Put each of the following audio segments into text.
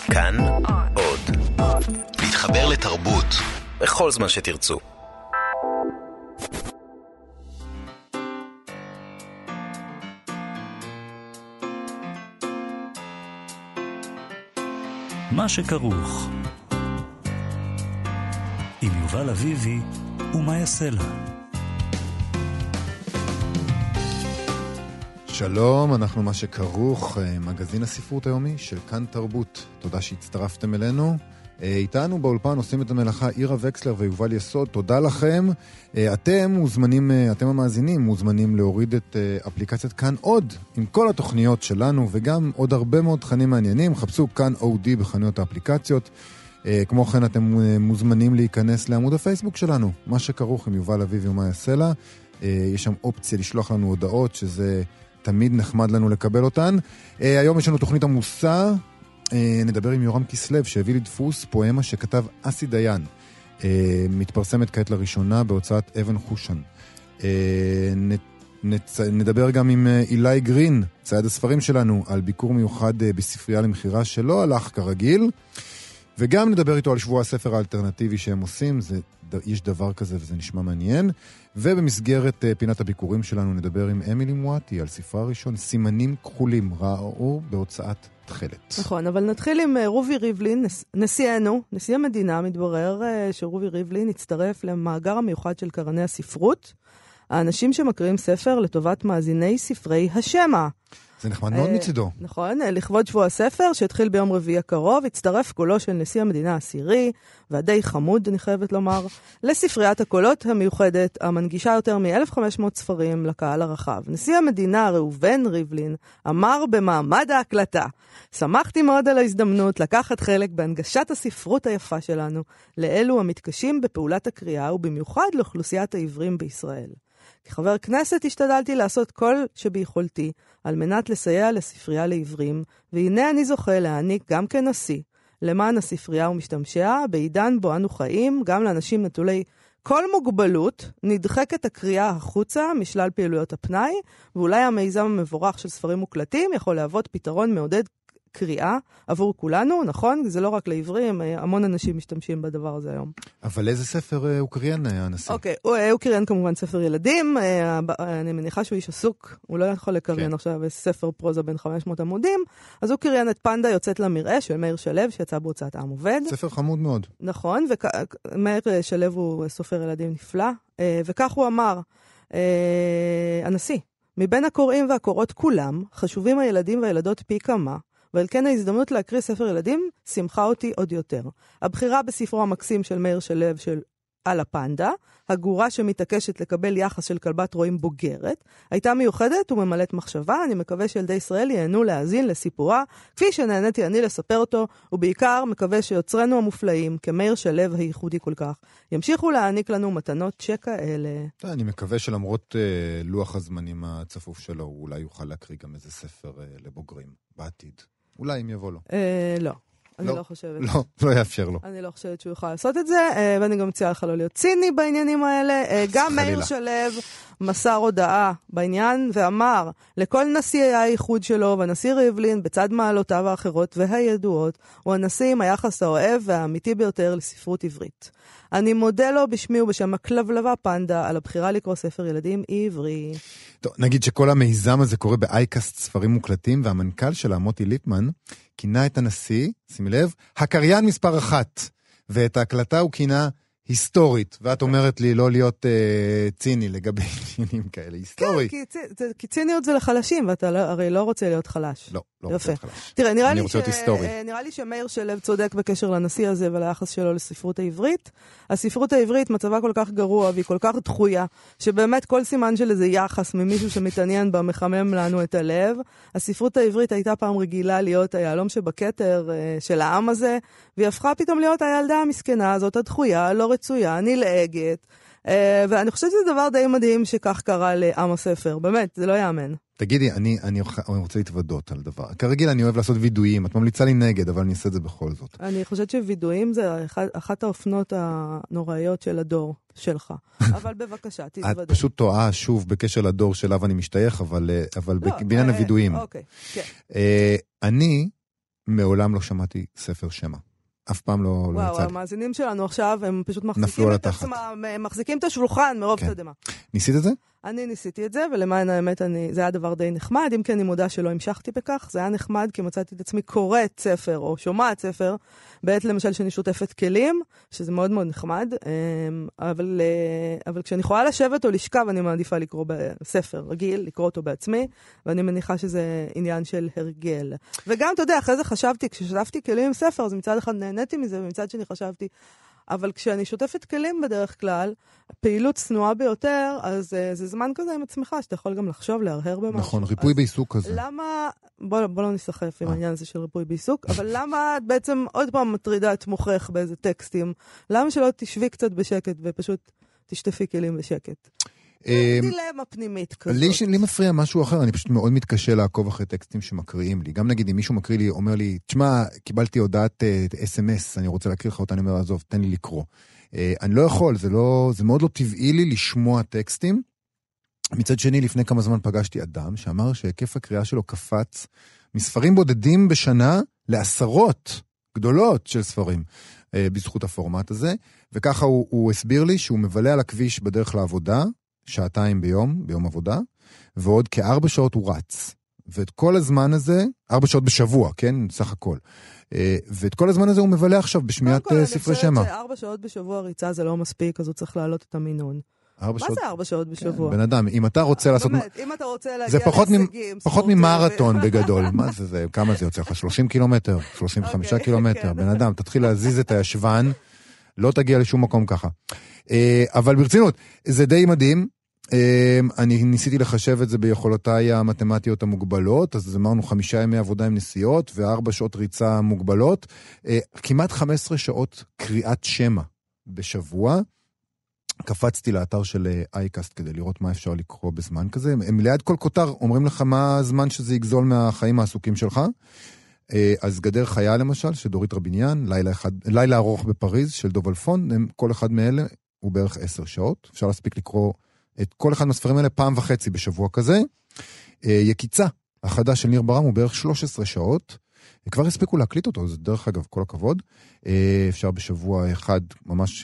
כאן עוד. להתחבר לתרבות בכל זמן שתרצו. מה שכרוך עם יובל אביבי ומה יעשה לה. שלום, אנחנו מה שכרוך, מגזין הספרות היומי של כאן תרבות. תודה שהצטרפתם אלינו. איתנו באולפן עושים את המלאכה אירה וקסלר ויובל יסוד. תודה לכם. אתם המאזינים מוזמנים להוריד את אפליקציית כאן עוד עם כל התוכניות שלנו וגם עוד הרבה מאוד תכנים מעניינים. חפשו כאן אודי בחנויות האפליקציות. כמו כן אתם מוזמנים להיכנס לעמוד הפייסבוק שלנו, מה שכרוך עם יובל אביבי ומה יעשה לה. יש שם אופציה לשלוח לנו הודעות שזה תמיד נחמד לנו לקבל אותן. היום יש לנו תוכנית עמוסה. נדבר עם יורם כסלב שהביא לדפוס פואמה שכתב אסי דיין. מתפרסמת כעת לראשונה בהוצאת אבן חושן. נדבר גם עם אילי גרין, צייד הספרים שלנו, על ביקור מיוחד בספרייה למחירה שלא הלך כרגיל. וגם נדבר איתו על שבוע הספר האלטרנטיבי שהם עושים. יש דבר כזה וזה נשמע מעניין. ובמסגרת פינת הביקורים שלנו נדבר עם אמילי מואטי על ספרה ראשון, סימנים כחולים, ראה אור בהוצאת תחלת. נכון, אבל נתחיל עם רובי ריבלין, נשיאנו, נשיא המדינה. מתברר שרובי ריבלין הצטרף למאגר המיוחד של קרני הספרות, האנשים שמקריאים ספר לטובת מאזיני ספרי השמע. זה נחמד מאוד מצידו. נכון, לכבוד שבוע הספר שהתחיל ביום רביעי הקרוב, הצטרף קולו של נשיא המדינה העשירי, והדי חמוד, אני חייבת לומר, לספריית הקולות המיוחדת, המנגישה יותר מ-1,500 ספרים לקהל הרחב. נשיא המדינה ראובן ריבלין אמר במעמד ההקלטה, שמחתי מאוד על ההזדמנות לקחת חלק בהנגשת הספרות היפה שלנו, לאלו המתקשים בפעולת הקריאה, ובמיוחד לאוכלוסיית העברים בישראל. כחבר כנסת השתדלתי לעשות כל שביכולתי על מנת לסייע לספרייה לעברים, והנה אני זוכה להעניק גם כנשיא למען הספרייה ומשתמשיה, בעידן בו אנו חיים, גם לאנשים נטולי כל מוגבלות, נדחקת הקריאה החוצה משלל פעילויות הפנאי, ואולי המיזם המבורך של ספרים מוקלטים יכול להוות פתרון מעודד קריאה עבור כולנו, נכון? זה לא רק לעברים, המון אנשים משתמשים בדבר הזה היום. אבל איזה ספר הוא קריין, הנשיא? אוקיי, הוא קריין כמובן ספר ילדים, אני מניחה שהוא איש עסוק, הוא לא יכול לקריין עכשיו ספר פרוזה בין 500 עמודים, אז הוא קריין את פנדה יוצאת למראה של מאיר שלו, שיצא בהוצאת עם עובד. ספר חמוד מאוד. נכון, ומאיר שלו הוא סופר ילדים נפלא, וכך הוא אמר, הנשיא, מבין הקוראים והקוראות כולם, חשובים הילדים והילדות פי כמה, ועל כן ההזדמנות להקריא ספר ילדים שמחה אותי עוד יותר. הבחירה בספרו המקסים של מאיר שלו של על הפנדה, הגורה שמתעקשת לקבל יחס של כלבת רועים בוגרת, הייתה מיוחדת וממלאת מחשבה. אני מקווה שילדי ישראל ייהנו להאזין לסיפורה, כפי שנהניתי אני לספר אותו, ובעיקר מקווה שיוצרנו המופלאים, כמאיר שלו הייחודי כל כך, ימשיכו להעניק לנו מתנות שכאלה. אני מקווה שלמרות לוח הזמנים הצפוף שלו, הוא אולי יוכל להקריא גם איזה ספר לבוגרים בעתיד. אולי אם יבוא לו. לא. אני לא חושבת. לא יאפשר לו. אני לא חושבת שהוא יוכל לעשות את זה, ואני גם מציעה לך לא להיות ציני בעניינים האלה. גם מאיר שלו מסר הודעה בעניין, ואמר, לכל נשיא היה הייחוד שלו, והנשיא ריבלין, בצד מעלותיו האחרות והידועות, הוא הנשיא עם היחס האוהב והאמיתי ביותר לספרות עברית. אני מודה לו בשמי ובשם הכלבלבה פנדה, על הבחירה לקרוא ספר ילדים עברי. טוב, נגיד שכל המיזם הזה קורה באייקאסט ספרים מוקלטים, והמנכ"ל שלה, מוטי ליפמן, כינה את הנשיא, שימי לב, הקריין מספר 1, ואת ההקלטה הוא כינה היסטורית, ואת אומרת לי לא להיות ציני לגבי עניינים כאלה, היסטורי. כן, כי ציניות זה לחלשים, ואתה הרי לא רוצה להיות חלש. לא רוצה להיות חלש. תראה, נראה לי שמאיר שלו צודק בקשר לנשיא הזה וליחס שלו לספרות העברית. הספרות העברית מצבה כל כך גרוע, והיא כל כך דחויה, שבאמת כל סימן של איזה יחס ממישהו שמתעניין בה מחמם לנו את הלב. הספרות העברית הייתה פעם רגילה להיות היעלום שבכתר של העם הזה, והיא הפכה פתאום להיות הילדה המסכנה הזאת, הדחויה, לא רצויה, נלעגת, ואני חושבת שזה דבר די מדהים שכך קרה לעם הספר, באמת, זה לא יאמן. תגידי, אני רוצה להתוודות על דבר. כרגיל אני אוהב לעשות וידויים, את ממליצה לי נגד, אבל אני אעשה את זה בכל זאת. אני חושבת שווידויים זה אחת האופנות הנוראיות של הדור שלך. אבל בבקשה, תתוודא. את פשוט טועה שוב בקשר לדור שאליו אני משתייך, אבל בעניין הווידויים. אוקיי, כן. אני מעולם לא שמעתי ספר שמע. אף פעם לא יצא לי. וואו, המאזינים שלנו עכשיו, הם פשוט מחזיקים את השולחן מרוב תדמה. ניסית את זה? אני ניסיתי את זה, ולמען האמת, זה היה דבר די נחמד, אם כן אני מודה שלא המשכתי בכך, זה היה נחמד, כי מצאתי את עצמי קוראת ספר, או שומעת ספר, בעת למשל שאני שוטפת כלים, שזה מאוד מאוד נחמד, אבל כשאני יכולה לשבת או לשכב, אני מעדיפה לקרוא בספר רגיל, לקרוא אותו בעצמי, ואני מניחה שזה עניין של הרגל. וגם, אתה יודע, אחרי זה חשבתי, כששוטפתי כלים עם ספר, אז מצד אחד נהניתי מזה, ומצד שני חשבתי, אבל כשאני שוטפת כלים בדרך כלל, פעילות צנועה ביותר, אז זה זמן כזה עם עצמך, שאתה יכול גם לחשוב, להרהר במשהו. נכון, ריפוי בעיסוק כזה. למה, בוא לא נסחף עם העניין הזה של ריפוי בעיסוק, אבל למה את בעצם עוד פעם מטרידה את מוחך באיזה טקסטים? למה שלא תשבי קצת בשקט ופשוט תשטפי כלים בשקט? דילמה פנימית כזאת. לי מפריע משהו אחר, אני פשוט מאוד מתקשה לעקוב אחרי טקסטים שמקריאים לי. גם נגיד, אם מישהו מקריא לי, אומר לי, תשמע, קיבלתי הודעת SMS, אני רוצה להקריא לך אותה, אני אומר, עזוב, תן לי לקרוא. אני לא יכול, זה מאוד לא טבעי לי לשמוע טקסטים. מצד שני, לפני כמה זמן פגשתי אדם שאמר שהיקף הקריאה שלו קפץ מספרים בודדים בשנה לעשרות גדולות של ספרים בזכות הפורמט הזה, וככה הוא הסביר לי שהוא מבלה על הכביש בדרך לעבודה, 2 ביום עבודה, ועוד כ4 שעות הוא רץ. ואת כל הזמן הזה, 4 שעות בשבוע, כן? סך הכל. ואת כל הזמן הזה הוא מבלה עכשיו בשמיעת ספרי שמע. 4 שעות בשבוע ריצה זה לא מספיק, אז הוא צריך להעלות את המינון. מה זה 4 שעות בשבוע? בן אדם, אם אתה רוצה לעשות... באמת, אם אתה רוצה להגיע זה פחות ממרתון בגדול. מה זה? כמה זה יוצא לך? 30 קילומטר? 35 קילומטר? בן אדם, תתחיל להזיז את הישבן, לא תגיע לשום מקום ככה. אבל ברצינות, זה די מדהים. אני ניסיתי לחשב את זה ביכולותיי המתמטיות המוגבלות, אז אמרנו 5 ימי עבודה עם נסיעות, ו4 שעות ריצה מוגבלות, כמעט 15 שעות קריאת שמע בשבוע. קפצתי לאתר של אייקאסט כדי לראות מה אפשר לקרוא בזמן כזה. הם ליד כל כותר אומרים לך מה הזמן שזה יגזול מהחיים העסוקים שלך. אז גדר חיה למשל, של דורית רביניאן, לילה ארוך בפריז של דוב אלפון, כל אחד מאלה הוא בערך 10 שעות. אפשר להספיק לקרוא את כל אחד מהספרים האלה 1.5 בשבוע כזה. יקיצה, החדש של ניר ברם, הוא בערך 13 שעות. כבר הספיקו להקליט אותו, זה דרך אגב, כל הכבוד. אפשר בשבוע אחד ממש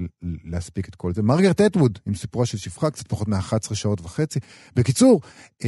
להספיק את כל זה. מרגרט אטווד, עם סיפורה של שפחה, קצת פחות מ11 שעות וחצי. בקיצור,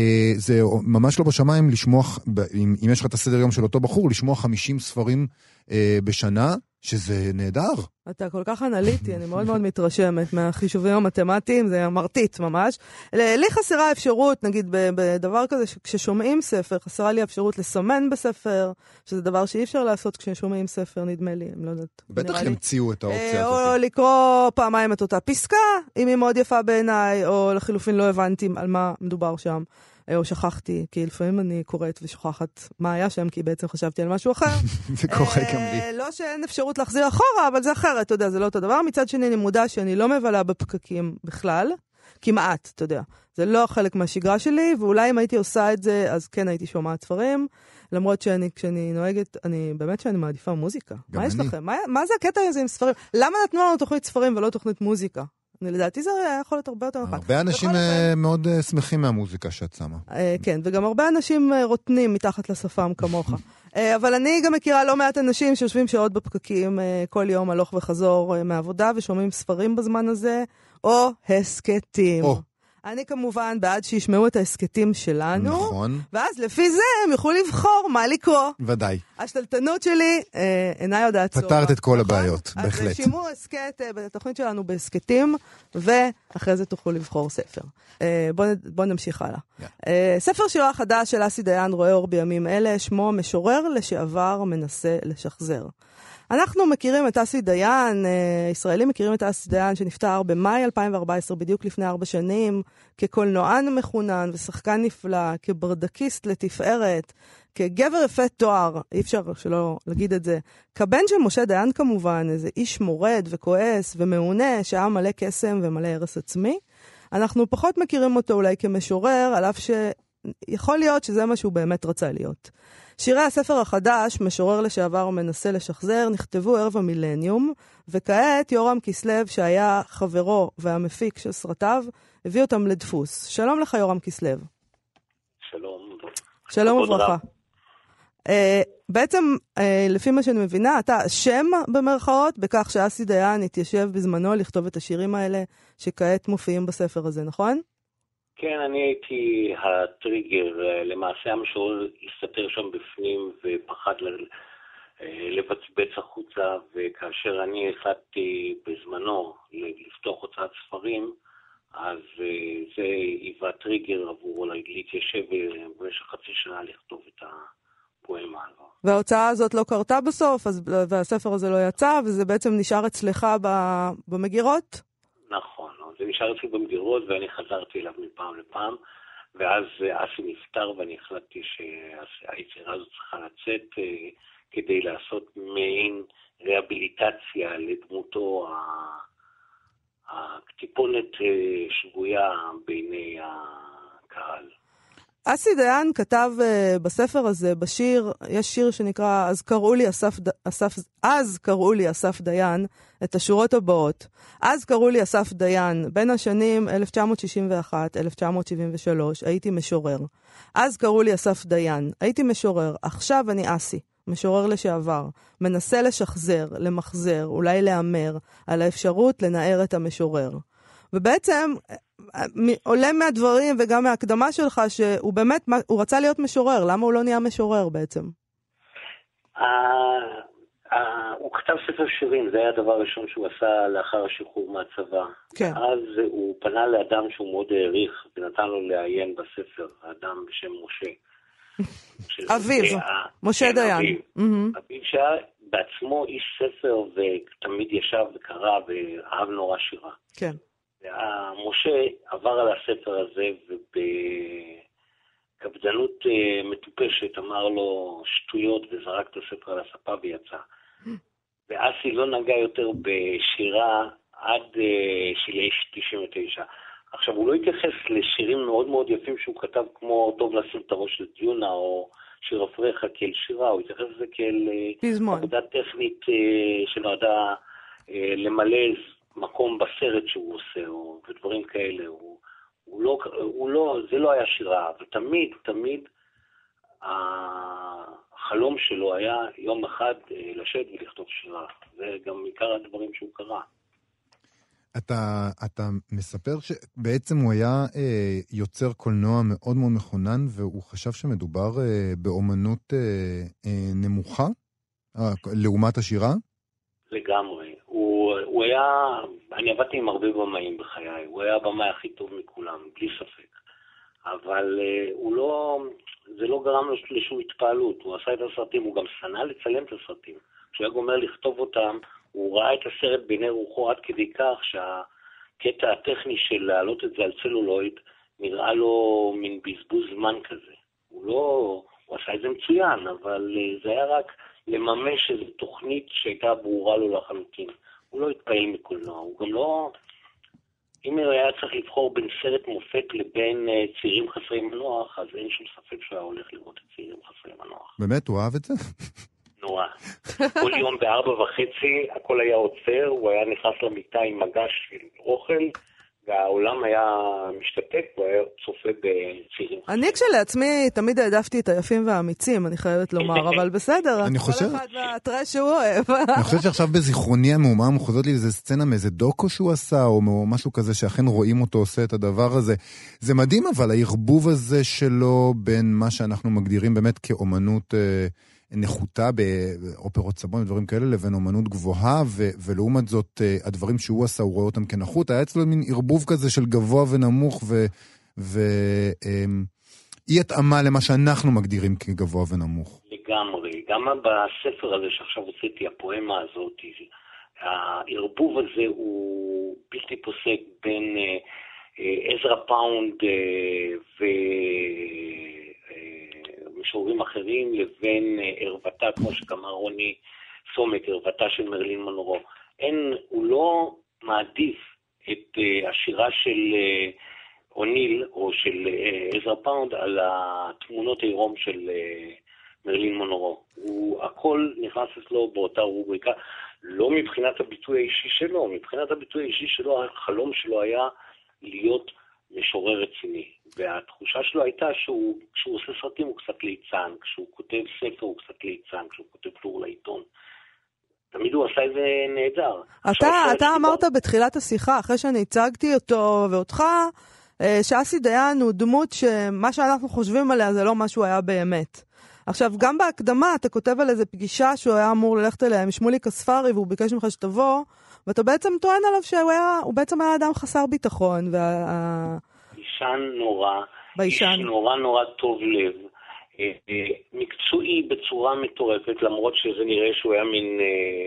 זה ממש לא בשמיים לשמוע, אם יש לך את הסדר יום של אותו בחור, לשמוע 50 ספרים בשנה, שזה נהדר. אתה כל כך אנליטי, אני מאוד מאוד מתרשמת מהחישובים המתמטיים, זה מרתיט ממש. לי חסרה אפשרות, נגיד בדבר כזה, כששומעים ספר, חסרה לי אפשרות לסמן בספר, שזה דבר שאי אפשר לעשות כששומעים ספר, נדמה לי, אני לא יודעת. בטח המציאו את האופציה הזאת. או לקרוא פעמיים את אותה פסקה, אם היא מאוד יפה בעיניי, או לחילופין לא הבנתי על מה מדובר שם. או שכחתי, כי לפעמים אני קוראת ושוכחת מה היה שם, כי בעצם חשבתי על משהו אחר. זה קורה גם לי. לא שאין אפשרות להחזיר אחורה, אבל זה אחרת, אתה יודע, זה לא אותו דבר. מצד שני, אני מודע שאני לא מבלה בפקקים בכלל, כמעט, אתה יודע. זה לא חלק מהשגרה שלי, ואולי אם הייתי עושה את זה, אז כן הייתי שומעת ספרים, למרות כשאני נוהגת, באמת שאני מעדיפה מוזיקה. מה יש לכם? מה זה הקטע הזה עם ספרים? למה נתנו לנו תוכנית ספרים ולא תוכנית מוזיקה? לדעתי זה יכול להיות הרבה יותר נכון. הרבה אנשים מאוד שמחים מהמוזיקה שאת שמה. כן, וגם הרבה אנשים רוטנים מתחת לשפם כמוך. אבל אני גם מכירה לא מעט אנשים שיושבים שעות בפקקים כל יום הלוך וחזור מהעבודה ושומעים ספרים בזמן הזה, או הסקטים. אני כמובן בעד שישמעו את ההסקטים שלנו, נכון. ואז לפי זה הם יוכלו לבחור מה לקרוא. ודאי. השתלטנות שלי אינה יודעת צורה. פתרת את כל הבעיות, בהחלט. אז שימו הסקט בתוכנית שלנו בהסקטים, ואחרי זה תוכלו לבחור ספר. בואו נמשיך הלאה. ספר שירה חדש של אסי דיין רואה אור בימים אלה, שמו משורר לשעבר מנסה לשחזר. אנחנו מכירים את אסי דיין, ישראלים מכירים את אסי דיין שנפטר במאי 2014, בדיוק לפני 4 שנים, כקולנוען מחונן ושחקן נפלא, כברדקיסט לתפארת, כגבר יפה תואר, אי אפשר שלא להגיד את זה, כבן של משה דיין כמובן, איזה איש מורד וכועס ומעונה, שהיה מלא קסם ומלא הרס עצמי. אנחנו פחות מכירים אותו אולי כמשורר, על אף שיכול להיות שזה מה שהוא באמת רצה להיות. שירי הספר החדש, משורר לשעבר ומנסה לשחזר, נכתבו ערב המילניום, וכעת יורם כסלב, שהיה חברו והמפיק של סרטיו, הביא אותם לדפוס. שלום לך יורם כסלב. שלום. שלום וברכה. בעצם, לפי מה שאני מבינה, אתה אשם במרכאות בכך שאסי דיין התיישב בזמנו לכתוב את השירים האלה שכעת מופיעים בספר הזה, נכון? כן, אני הייתי הטריגר. למעשה המשורר הסתתר שם בפנים ופחד לבצבץ החוצה, וכאשר אני החלטתי בזמנו לפתוח הוצאת ספרים, אז זה היווה טריגר עבורו להתיישב במשך חצי שנה לכתוב את הפואמה הזו. וההוצאה הזאת לא קרתה בסוף, והספר הזה לא יצא, וזה בעצם נשאר אצלך במגירות? נכון, זה נשאר אצלי במגירות, ואני חזרתי אליו מפעם לפעם, ואז אסי נפטר, ואני החלטתי שהיצירה הזאת צריכה לצאת כדי לעשות מעין ריאביליטציה לדמותו הטיפונת שגויה בעיני הקהל. אסי דיין כתב בספר הזה, בשיר, יש שיר שנקרא אז קראו לי אסף דיין, את השורות הבאות. אז קראו לי אסף דיין, בין השנים 1961-1973, הייתי משורר. אז קראו לי אסף דיין, הייתי משורר, עכשיו אני אסי, משורר לשעבר, מנסה לשחזר, למחזר, אולי לאמר, על האפשרות לנער את המשורר. ובעצם עולה מהדברים וגם מההקדמה שלך שהוא באמת, הוא רצה להיות משורר, למה הוא לא נהיה משורר בעצם? הוא כתב ספר שירים, זה היה הדבר הראשון שהוא עשה לאחר השחרור מהצבא. כן. אז הוא פנה לאדם שהוא מאוד העריך ונתן לו לעיין בספר, האדם בשם משה. אביב, משה דיין. אביב שהיה בעצמו איש ספר ותמיד ישב וקרא ואהב נורא שירה. כן. משה עבר על הספר הזה ובקפדנות מטופשת אמר לו שטויות וזרק את הספר על הספה ויצא. ואסי לא נגע יותר בשירה עד שלי 99. עכשיו הוא לא התייחס לשירים מאוד מאוד יפים שהוא כתב כמו טוב לשים את הראש של דיונה או שיר אפריך כאל שירה, הוא התייחס לזה כאל עבודה טכנית שנועדה למלא מקום בסרט שהוא עושה, ודברים כאלה. זה לא היה שירה, ותמיד החלום שלו היה יום אחד לשבת ולכתוב שירה. זה גם עיקר הדברים שהוא קרא. אתה מספר שבעצם הוא היה יוצר קולנוע מאוד מאוד מכונן, והוא חשב שמדובר באומנות נמוכה, לעומת השירה? לגמרי. הוא היה, אני עבדתי עם הרבה במאים בחיי, הוא היה הבמאי הכי טוב מכולם, בלי ספק. אבל זה לא גרם לו לשום התפעלות, הוא עשה את הסרטים, הוא גם שנא לצלם את הסרטים. כשהוא היה גומר לכתוב אותם, הוא ראה את הסרט בעיני רוחו עד כדי כך שהקטע הטכני של להעלות את זה על צלולויד נראה לו מין בזבוז זמן כזה. הוא עשה את זה מצוין, אבל זה היה רק לממש איזו תוכנית שהייתה ברורה לו לחלוטין. הוא לא התפעל מקולנוע, הוא גם לא... אם הוא היה צריך לבחור בין סרט מופת לבין צעירים חסרי מנוח, אז אין שום ספק שהוא היה הולך לראות את צעירים חסרי מנוח. באמת? הוא אהב את זה? נורא. כל יום ב16:30 הכל היה עוצר, הוא היה נכנס למיטה עם מגש של אוכל, והעולם היה משתתק, הוא היה צופה בצעירים. אני כשלעצמי תמיד העדפתי את היפים והאמיצים, אני חייבת לומר, אבל בסדר, כל אחד והטרש שהוא אוהב. אני חושב שעכשיו בזיכרוני המהומה מוחזות לי איזה סצנה מאיזה דוקו שהוא עשה, או משהו כזה שאכן רואים אותו עושה את הדבר הזה. זה מדהים, אבל הערבוב הזה שלו בין מה שאנחנו מגדירים באמת כאומנות נחותה באופרות סבון ודברים כאלה, לבין אומנות גבוהה, ולעומת זאת הדברים שהוא עשה, הוא רואה אותם כנחות. היה אצלו מין ערבוב כזה של גבוה ונמוך, אי התאמה למה שאנחנו מגדירים כגבוה ונמוך. לגמרי. גם בספר הזה שעכשיו הוצאתי, הפואמה הזאת, הערבוב הזה הוא בלתי פוסק בין עזרא פאונד ומשוררים אחרים לבין ערוותה, כמו שכמה רוני סומק, ערוותה של מרלין מונרו. הוא לא מעדיף את השירה של אוניל או של עזרא פאונד על התמונות העירום של מרלין מונרו. הכל נכנס אצלו באותה רובריקה, לא מבחינת הביטוי האישי שלו, מבחינת הביטוי האישי שלו, החלום שלו היה להיות משורר רציני. והתחושה שלו הייתה כשהוא עושה סרטים הוא קצת ליצן, כשהוא כותב ספר הוא קצת ליצן, כשהוא כותב טור לעיתון. תמיד הוא עשה את זה נהדר. אתה אמרת בתחילת השיחה, אחרי שאני הצגתי אותו ואותך, שאסי דיין הוא דמות שמה שאנחנו חושבים עליה זה לא מה שהוא היה באמת. עכשיו, גם בהקדמה אתה כותב על איזה פגישה שהוא היה אמור ללכת אליה עם שמוליק אספרי, והוא ביקש ממך שתבוא, ואתה בעצם טוען עליו שהוא בעצם היה אדם חסר ביטחון. אישן נורא, איש נורא טוב לב, מקצועי בצורה מטורפת, למרות שזה נראה שהוא היה מין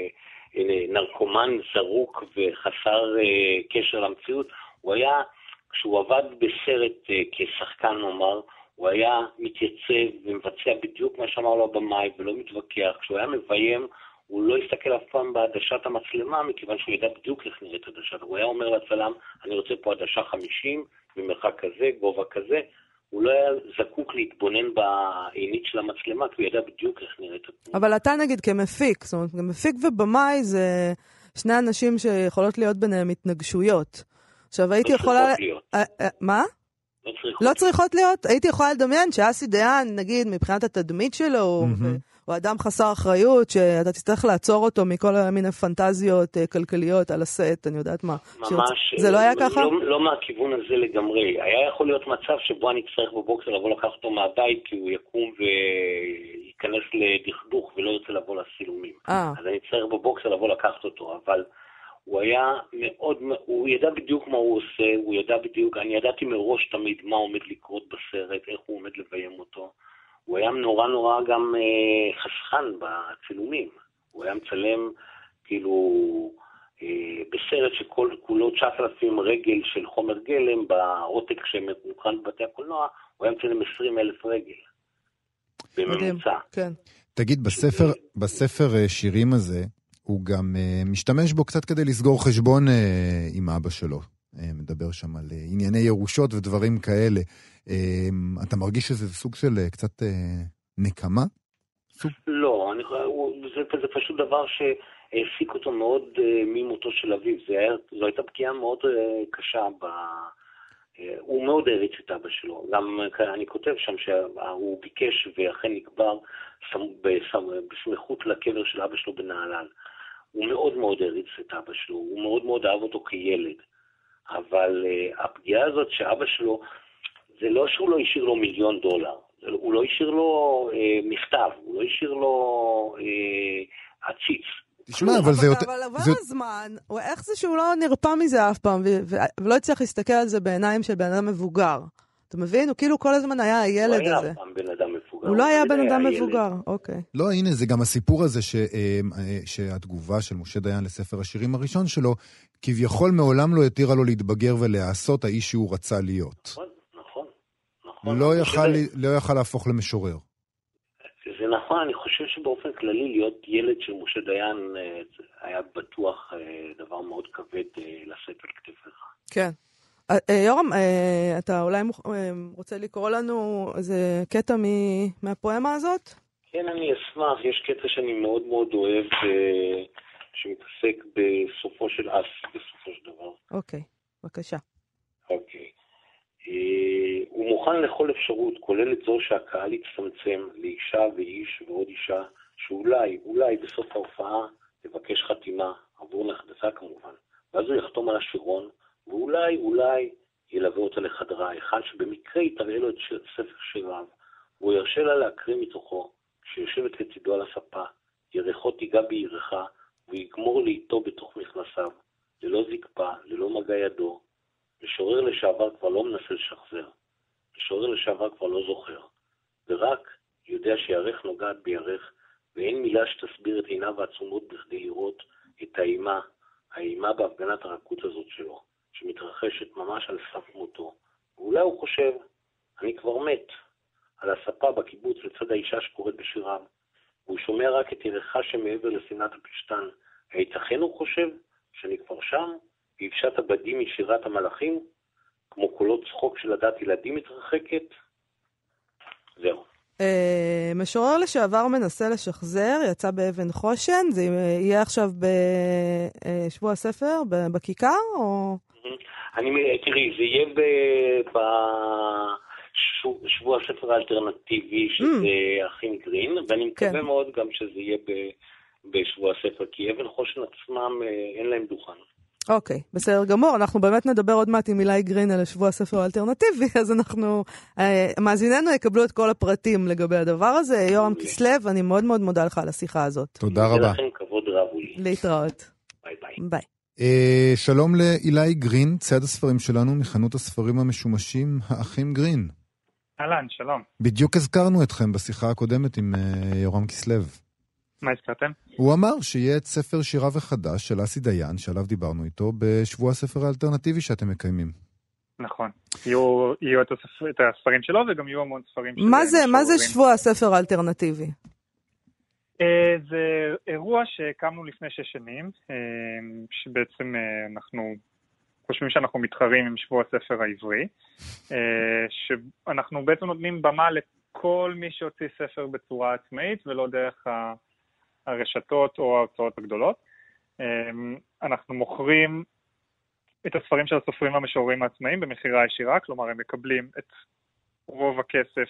נרקומן זרוק וחסר קשר למציאות. הוא היה, כשהוא עבד בסרט כשחקן נאמר, הוא היה מתייצב ומבצע בדיוק מה שאמר לו הבמאי ולא מתווכח. כשהוא היה מביים, הוא לא הסתכל אף פעם בעדשת המצלמה, מכיוון שהוא ידע בדיוק איך נראית עדשת. הוא היה אומר לצלם, אני רוצה פה עדשה 50, במרחק כזה, גובה כזה. הוא לא היה זקוק להתבונן בעינית של המצלמה, כי הוא ידע בדיוק איך נראית התמונה. אבל אתה נגיד כמפיק, זאת אומרת, מפיק ובמאי זה שני אנשים שיכולות להיות ביניהם התנגשויות. עכשיו הייתי יכולה... מה? לא צריכות להיות. הייתי יכולה לדמיין שאסי דיין, נגיד, מבחינת התדמית שלו, הוא אדם חסר אחריות, שאתה תצטרך לעצור אותו מכל מיני פנטזיות כלכליות על הסט, אני יודעת מה. ממש. זה לא היה ככה? לא מהכיוון הזה לגמרי. היה יכול להיות מצב שבו אני צריך בבוקר לבוא לקחת אותו מהבית, כי הוא יקום וייכנס לדכדוך ולא יוצא לבוא לצילומים. אז אני צריך בבוקר לבוא לקחת אותו, אבל הוא היה מאוד, הוא ידע בדיוק מה הוא עושה, הוא ידע בדיוק, אני ידעתי מראש תמיד מה עומד לקרות בסרט, איך הוא עומד לביים אותו. הוא היה נורא גם חסכן בצילומים. הוא היה מצלם כאילו בסרט שכל כולו 9,000 רגל של חומר גלם, בעותק שמוקרן בבתי הקולנוע, הוא היה מצלם 20,000 רגל. בממוצע. כן. תגיד, בספר שירים הזה, הוא גם משתמש בו קצת כדי לסגור חשבון עם אבא שלו. מדבר שם על ענייני ירושות ודברים כאלה. אתה מרגיש שזה סוג של קצת נקמה? לא, זה פשוט דבר שהעסיק אותו מאוד ממותו של אביו. זו הייתה פגיעה מאוד קשה. הוא מאוד העריץ את אבא שלו. גם אני כותב שם שהוא ביקש ואכן נקבר בסמיכות לקבר של אבא שלו בנהלל. הוא מאוד העריץ את אבא שלו. הוא מאוד אהב אותו כילד. אבל הפגיעה הזאת שאבא שלו, זה לא שהוא לא השאיר לו $1,000,000. הוא לא השאיר לו מכתב, הוא לא השאיר לו עציץ. תשמע, אבל זה יותר... אבל עבר הזמן, איך זה שהוא לא נרפא מזה אף פעם, ולא הצליח להסתכל על זה בעיניים של בן אדם מבוגר. אתה מבין? הוא כאילו כל הזמן היה הילד הזה. הוא היה פעם בן אדם מבוגר. הוא לא היה בן אדם מבוגר, אוקיי. לא, הנה, זה גם הסיפור הזה שהתגובה של משה דיין לספר השירים הראשון שלו, כביכול מעולם לא התירה לו להתבגר ולעשות האיש שהוא רצה להיות. נכון. לא יכל להפוך למשורר. זה נכון, אני חושב שבאופן כללי להיות ילד של משה דיין היה בטוח דבר מאוד כבד לשאת על כתפיך. כן. יורם, אתה אולי רוצה לקרוא לנו איזה קטע מהפואמה הזאת? כן, אני אשמח. יש קטע שאני מאוד אוהב, שמתעסק בסופו של בסופו של דבר. אוקיי, בבקשה. אוקיי. הוא מוכן לכל אפשרות, כולל את זו שהקהל יצטמצם לאישה ואיש ועוד אישה, שאולי בסוף ההופעה תבקש חתימה, עבור נכדתה כמובן. ואז הוא יחתום על השירון, ואולי ילווה אותה לחדרה, היכן שבמקרה יתראה לו את ספר שיריו, והוא ירשה לה להקריא מתוכו, כשיושבת לצידו על הספה, ירחו תיגע בירחה, והוא יגמור לאיתו בתוך מכנסיו, ללא זקפה, ללא מגע ידו. משורר לשעבר כבר לא מנסה לשחזר, משורר לשעבר כבר לא זוכר, ורק יודע שירך נוגעת בירך, ואין מילה שתסביר את עיניו העצומות בכדי לראות את האימה בהפגנת הרכות הזאת שלו, שמתרחשת ממש על סף מותו. ואולי הוא חושב, אני כבר מת, על הספה בקיבוץ לצד האישה שקוראת בשיריו, והוא שומע רק את ירחה שמעבר לספינת הפשטן. הייתכן הוא חושב שאני כבר שם? והפשט הבדים משירת המלאכים, כמו קולות צחוק של הדת ילדים מתרחקת. זהו. משורר לשעבר מנסה לשחזר, יצא באבן חושן, זה יהיה עכשיו בשבוע הספר, בכיכר, או... תראי, זה יהיה בשבוע הספר האלטרנטיבי, שזה אחים גרין, ואני מקווה מאוד גם שזה יהיה בשבוע הספר, כי אבן חושן עצמם אין להם דוכן. אוקיי, בסדר גמור. אנחנו באמת נדבר עוד מעט עם אילי גרין על שבוע הספר האלטרנטיבי, אז אנחנו, מאזיננו יקבלו את כל הפרטים לגבי הדבר הזה. יורם כסלו, אני מאוד מאוד מודה לך על השיחה הזאת. תודה רבה. לכם כבוד רב לי. להתראות. ביי ביי. ביי. שלום לאילי גרין, צייד הספרים שלנו מחנות הספרים המשומשים, האחים גרין. אהלן, שלום. בדיוק הזכרנו אתכם בשיחה הקודמת עם יורם כסלו. מה הזכרתם? הוא אמר שיהיה את ספר שירה וחדש של אסי דיין, שעליו דיברנו איתו, בשבוע הספר האלטרנטיבי שאתם מקיימים. נכון. יהיו את הספרים שלו, וגם יהיו המון ספרים שלו. מה זה שבוע הספר האלטרנטיבי? זה אירוע שקמנו לפני 6 שנים, שבעצם אנחנו חושבים שאנחנו מתחרים עם שבוע הספר העברי, שאנחנו בעצם נותנים במה לכל מי שהוציא ספר בצורה עצמאית, ולא דרך הרשתות או ההוצאות הגדולות. אנחנו מוכרים את הספרים של הסופרים והמשוררים העצמאיים במחירה ישירה, כלומר הם מקבלים את רוב הכסף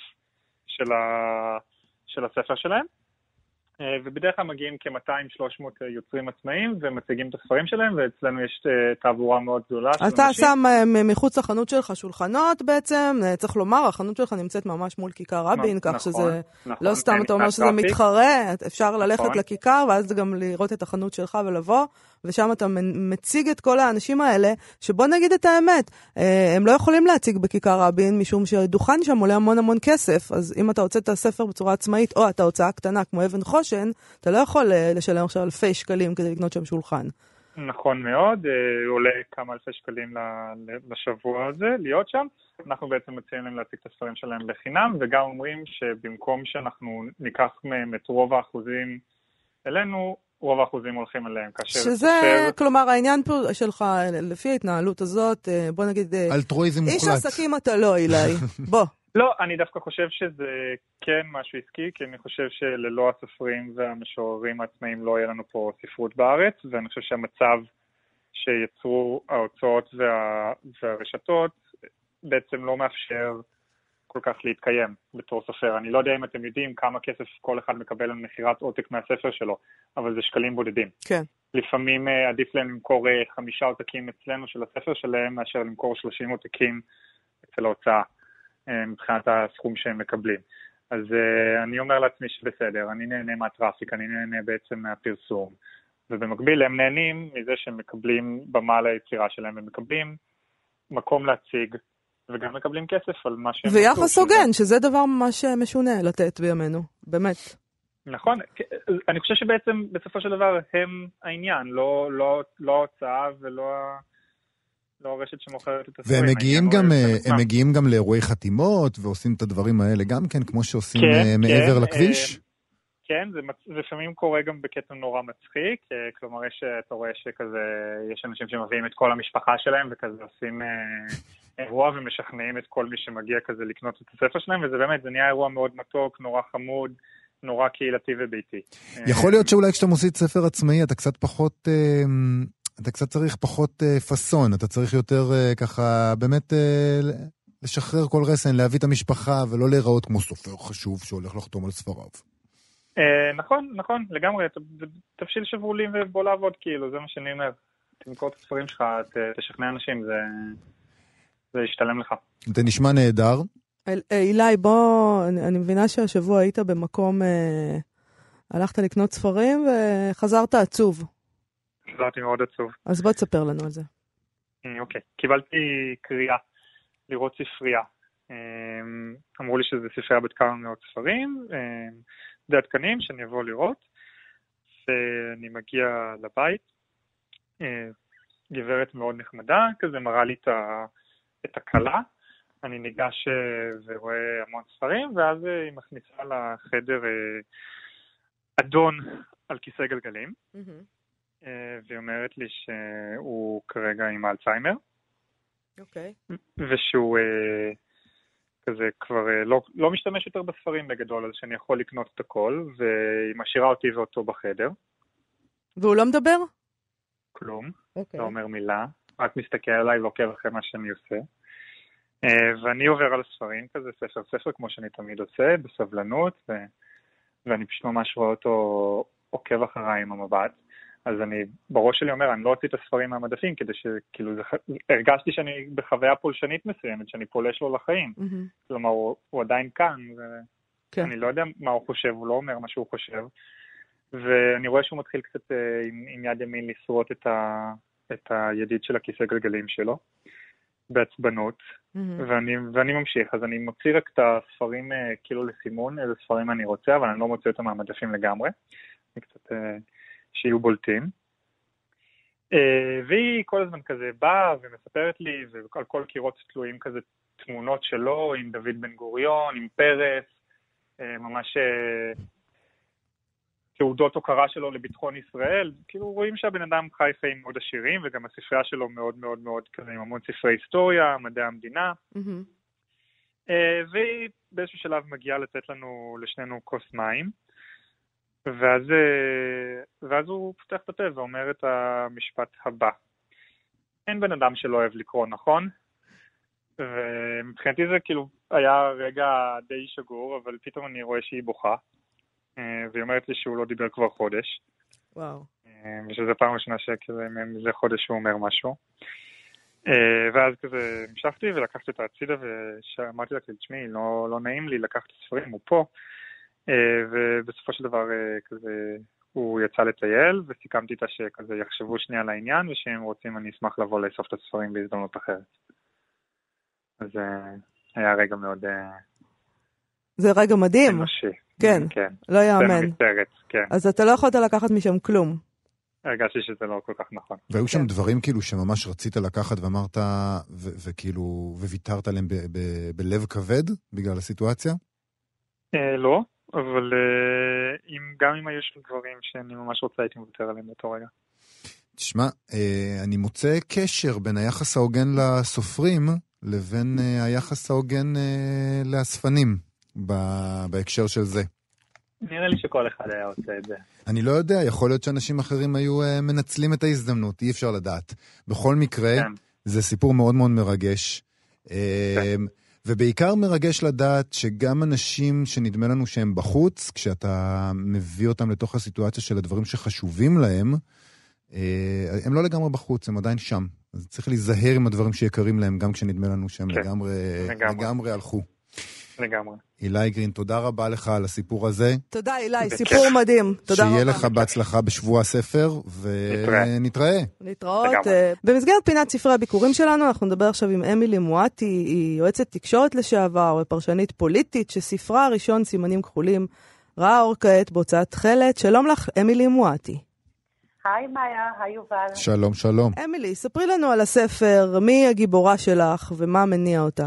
של הספר שלהם, ובדרך כלל מגיעים כ-200-300 יוצרים עצמאיים ומציגים את הספרים שלהם, ואצלנו יש תעבורה מאוד גדולה. אתה שם מחוץ לחנות שלך שולחנות בעצם, צריך לומר, החנות שלך נמצאת ממש מול כיכר רבין, כך שזה לא סתם אתה אומר שזה מתחרה, אפשר ללכת לכיכר ואז גם לראות את החנות שלך ולבוא, ושם אתה מציג את כל האנשים האלה, שבוא נגיד את האמת, הם לא יכולים להציג בכיכר רבין, משום שדוכן שם עולה המון המון כסף, אז אם אתה הוצאת את הספר בצורה עצמאית, או אתה הוצאה קטנה כמו אבן חושן, אתה לא יכול לשלם עכשיו אלפי שקלים כדי לקנות שם שולחן. נכון מאוד, עולה כמה אלפי שקלים לשבוע הזה, להיות שם. אנחנו בעצם מציעים להם להציג את הספרים שלהם בחינם, וגם אומרים שבמקום שאנחנו ניקח מהם את רוב האחוזים אלינו, רוב האחוזים הולכים אליהם. שזה, כלומר, העניין פה שלך, לפי ההתנהלות הזאת, בוא נגיד, אלטרואיזם מוחלט. איש עסקים אתה לא, אילי. בוא. לא, אני דווקא חושב שזה כן משהו עסקי, כי אני חושב שללא הסופרים והמשוררים העצמאים לא יהיה לנו פה ספרות בארץ, ואני חושב שהמצב שיצרו ההוצאות והרשתות בעצם לא מאפשר כל כך להתקיים בתור סופר. אני לא יודע אם אתם יודעים כמה כסף כל אחד מקבל על מחירת עותק מהספר שלו, אבל זה שקלים בודדים. כן. לפעמים עדיף להם למכור 5 עותקים אצלנו של הספר שלהם, מאשר למכור 30 עותקים אצל ההוצאה. מבחינת הסכום שהם מקבלים. אז אני אומר לעצמי שבסדר, אני נהנה מהטראפיק, אני נהנה בעצם מהפרסום, ובמקביל הם נהנים מזה שהם מקבלים במה ליצירה שלהם, הם מקבלים מקום להציג, וגם מקבלים כסף על מה שהם... ויחס הוגן, שזה דבר ממש משונה לתת בימינו, באמת. נכון, אני חושב שבעצם בסופו של דבר הם העניין, לא ההוצאה ולא... לא הרשת שמוכרת את הספרים. והם מגיעים גם לאירועי חתימות, ועושים את הדברים האלה גם כן, כמו שעושים מעבר לכביש? כן, זה לפעמים קורה גם בקטע נורא מצחיק, כלומר אתה רואה שכזה, יש אנשים שמביאים את כל המשפחה שלהם, וכזה עושים אירוע ומשכנעים את כל מי שמגיע כזה לקנות את הספר שלהם, וזה באמת, זה נהיה אירוע מאוד מתוק, נורא חמוד, נורא קהילתי וביתי. יכול להיות שאולי כשאתה מוסיף ספר עצמאי, אתה קצת פחות... אתה קצת צריך פחות פסון, אתה צריך יותר ככה באמת לשחרר כל רסן, להביא את המשפחה ולא להיראות כמו סופר חשוב שהולך לחתום על ספריו. נכון, לגמרי, תפשיל שבולים ובוא לעבוד כאילו, זה מה שאני אומר. תמכור את הספרים שלך, תשכנע אנשים, זה ישתלם לך. זה נשמע נהדר. אילי, בוא, אני מבינה שהשבוע היית במקום, הלכת לקנות ספרים וחזרת עצוב. חזרתי מאוד עצוב. אז בוא תספר לנו על זה. אוקיי, קיבלתי קריאה לראות ספרייה. אמרו לי שזה ספרייה בת כמה מאות ספרים, די עדכניים שאני אבוא לראות, ואני מגיע לבית, גברת מאוד נחמדה, כזה מראה לי את הקלה, אני ניגש ורואה המון ספרים, ואז היא מכניסה לחדר אדון על כיסא גלגלים, והיא אומרת לי שהוא כרגע עם האלצהיימר, ושהוא כזה כבר לא משתמש יותר בספרים בגדול, אז שאני יכול לקנות את הכל, והיא משאירה אותי ואותו בחדר. והוא לא מדבר? כלום, לא אומר מילה, רק מסתכל עליי ועוקב אחרי מה שאני עושה. ואני עובר על הספרים כזה, ספר כמו שאני תמיד עושה, בסבלנות, ואני פשוט ממש רואה אותו עוקב אחריי עם המבט. אז אני בראש שלי אומר, אני לא אוציא את הספרים מהמדפים, כדי שכאילו, הרגשתי שאני בחוויה פולשנית מסוימת, שאני פולש לו לחיים. כלומר, הוא עדיין כאן, ואני לא יודע מה הוא חושב, הוא לא אומר מה שהוא חושב. ואני רואה שהוא מתחיל קצת עם יד ימין לסרוט את הידיד של הכיסא גלגלים שלו, בעצבנות, ואני ממשיך. אז אני מוציא רק את הספרים כאילו לסימון, איזה ספרים אני רוצה, אבל אני לא מוציא אותם מהמדפים לגמרי. אני קצת שיהיו בולטים. והיא כל הזמן כזה באה ומספרת לי, ועל כל קירות תלויים כזה תמונות שלו, עם דוד בן גוריון, עם פרס, ממש תעודות הוקרה שלו לביטחון ישראל. כאילו רואים שהבן אדם חי חיים מאוד עשירים, וגם הספרייה שלו מאוד מאוד מאוד כזה, עם המון ספרי היסטוריה, מדעי המדינה. והיא באיזשהו שלב מגיעה לתת לנו, לשנינו כוס מים, ואז הוא פותח את הפה ואומר את המשפט הבא. אין בן אדם שלא אוהב לקרוא, נכון? ומבחינתי זה כאילו היה רגע די שגור, אבל פתאום אני רואה שהיא בוכה, והיא אומרת לי שהוא לא דיבר כבר חודש. וואו. ושזו פעם ראשונה שכזה מזה חודש שהוא אומר משהו. ואז כזה המשכתי ולקחתי את הצידה ושאמרתי לה, תשמעי, לא נעים לי לקחת את הספרים, הוא פה. ובסופו של דבר כזה הוא יצא לטייל, וסיכמתי איתה שכזה יחשבו שנייה על העניין, ושהם רוצים אני אשמח לבוא לאסוף את הספרים בהזדמנות אחרת. אז היה רגע מאוד... זה רגע מדהים. אנושי. כן, לא יאמן. כן. אז אתה לא יכולת לקחת משם כלום. הרגשתי שזה לא כל כך נכון. והיו שם דברים כאילו שממש רצית לקחת ואמרת, וכאילו, וויתרת עליהם בלב כבד בגלל הסיטואציה? לא, אבל גם אם היו שם דברים שאני ממש רוצה הייתי מוותר עליהם באותו רגע. תשמע, אני מוצא קשר בין היחס ההוגן לסופרים לבין היחס ההוגן לאספנים בהקשר של זה. נראה לי שכל אחד היה עושה את זה. אני לא יודע, יכול להיות שאנשים אחרים היו מנצלים את ההזדמנות, אי אפשר לדעת. בכל מקרה, זה סיפור מאוד מאוד מרגש. ובעיקר מרגש לדעת שגם אנשים שנדמה לנו שהם בחוץ, כשאתה מביא אותם לתוך הסיטואציה של הדברים שחשובים להם, הם לא לגמרי בחוץ, הם עדיין שם. אז צריך להיזהר עם הדברים שיקרים להם, גם כשנדמה לנו שהם לגמרי הלכו. לגמרי. אילי גרין, תודה רבה לך על הסיפור הזה. תודה אילי, סיפור מדהים. תודה רבה. שיהיה לך בהצלחה בשבוע הספר, ונתראה. להתראות. במסגרת פינת ספרי הביקורים שלנו, אנחנו נדבר עכשיו עם אמילי מואטי, היא יועצת תקשורת לשעבר, ופרשנית פוליטית, שספרה הראשון סימנים כחולים, ראה אור כעת בהוצאת תכלת. שלום לך, אמילי מואטי. היי מאיה, היי יובל. שלום, שלום. אמילי, ספרי לנו על הספר, מי הגיבורה שלך ומה מניע אותה?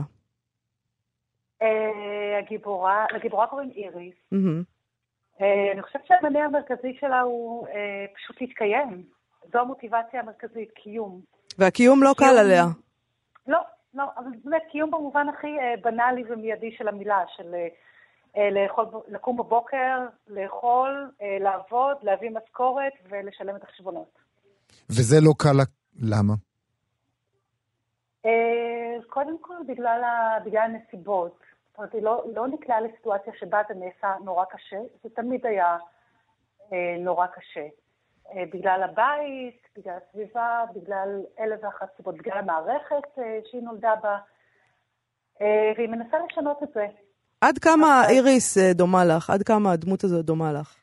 הגיבורה קוראים איריס. אני חושבת שהמניע המרכזי שלה הוא פשוט להתקיים. זו המוטיבציה המרכזית, קיום. והקיום לא קל עליה. לא, אבל באמת קיום במובן הכי בנאלי ומיידי של המילה, של לקום בבוקר, לאכול, לעבוד, להביא משכורת ולשלם את החשבונות. וזה לא קל, למה? קודם כל בגלל הנסיבות. זאת אומרת, היא לא נקלעה לסיטואציה שבה זה נעשה נורא קשה, זה תמיד היה נורא קשה. בגלל הבית, בגלל הסביבה, בגלל 1,001 סיבות, בגלל המערכת שהיא נולדה בה, והיא מנסה לשנות את זה. עד כמה איריס דומה לך? עד כמה הדמות הזו דומה לך?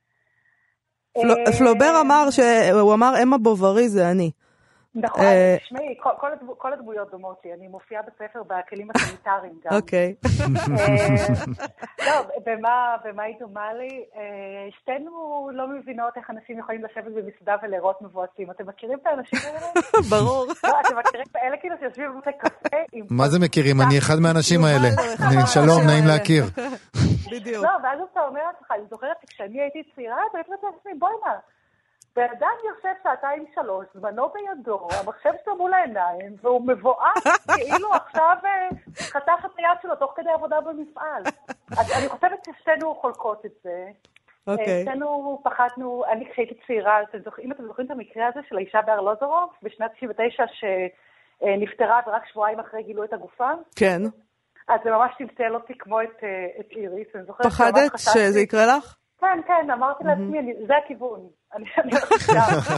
פלובר אמר שהוא אמר, אמה בוברי זה אני. נכון, תשמעי, כל הדמויות דומות לי, אני מופיעה בספר בכלים הסניטריים גם. אוקיי. לא, במה היא דומה לי? שתינו לא מבינות איך אנשים יכולים לשבת במסעדה ולראות מבואסים. אתם מכירים את האנשים האלה? ברור. לא, אתם מכירים את האלה כאילו שיושבים בבתי קפה עם... מה זה מכירים? אני אחד מהאנשים האלה. שלום, נעים להכיר. בדיוק. לא, ואז אתה אומר לך, אני זוכרת שכשאני הייתי צעירה, אתה הייתי לעצמי, בואי מה. ואדם יושב 2-3, זמנו בידו, המחשב שלו מול העיניים, והוא מבואס כאילו עכשיו חתך את היד שלו תוך כדי עבודה במפעל. אז אני חושבת ששתינו חולקות את זה. אוקיי. אצלנו פחדנו, אני כשהייתי צעירה, אם אתם זוכרים את המקרה הזה של האישה בארלוזורוב, בשנת 99 שנפטרה ורק שבועיים אחרי גילו את הגופה? כן. אז זה ממש טלטל אותי כמו את איריס. פחדת שזה יקרה לך? כן, כן, אמרתי לעצמי, זה הכיוון. אני חושבת.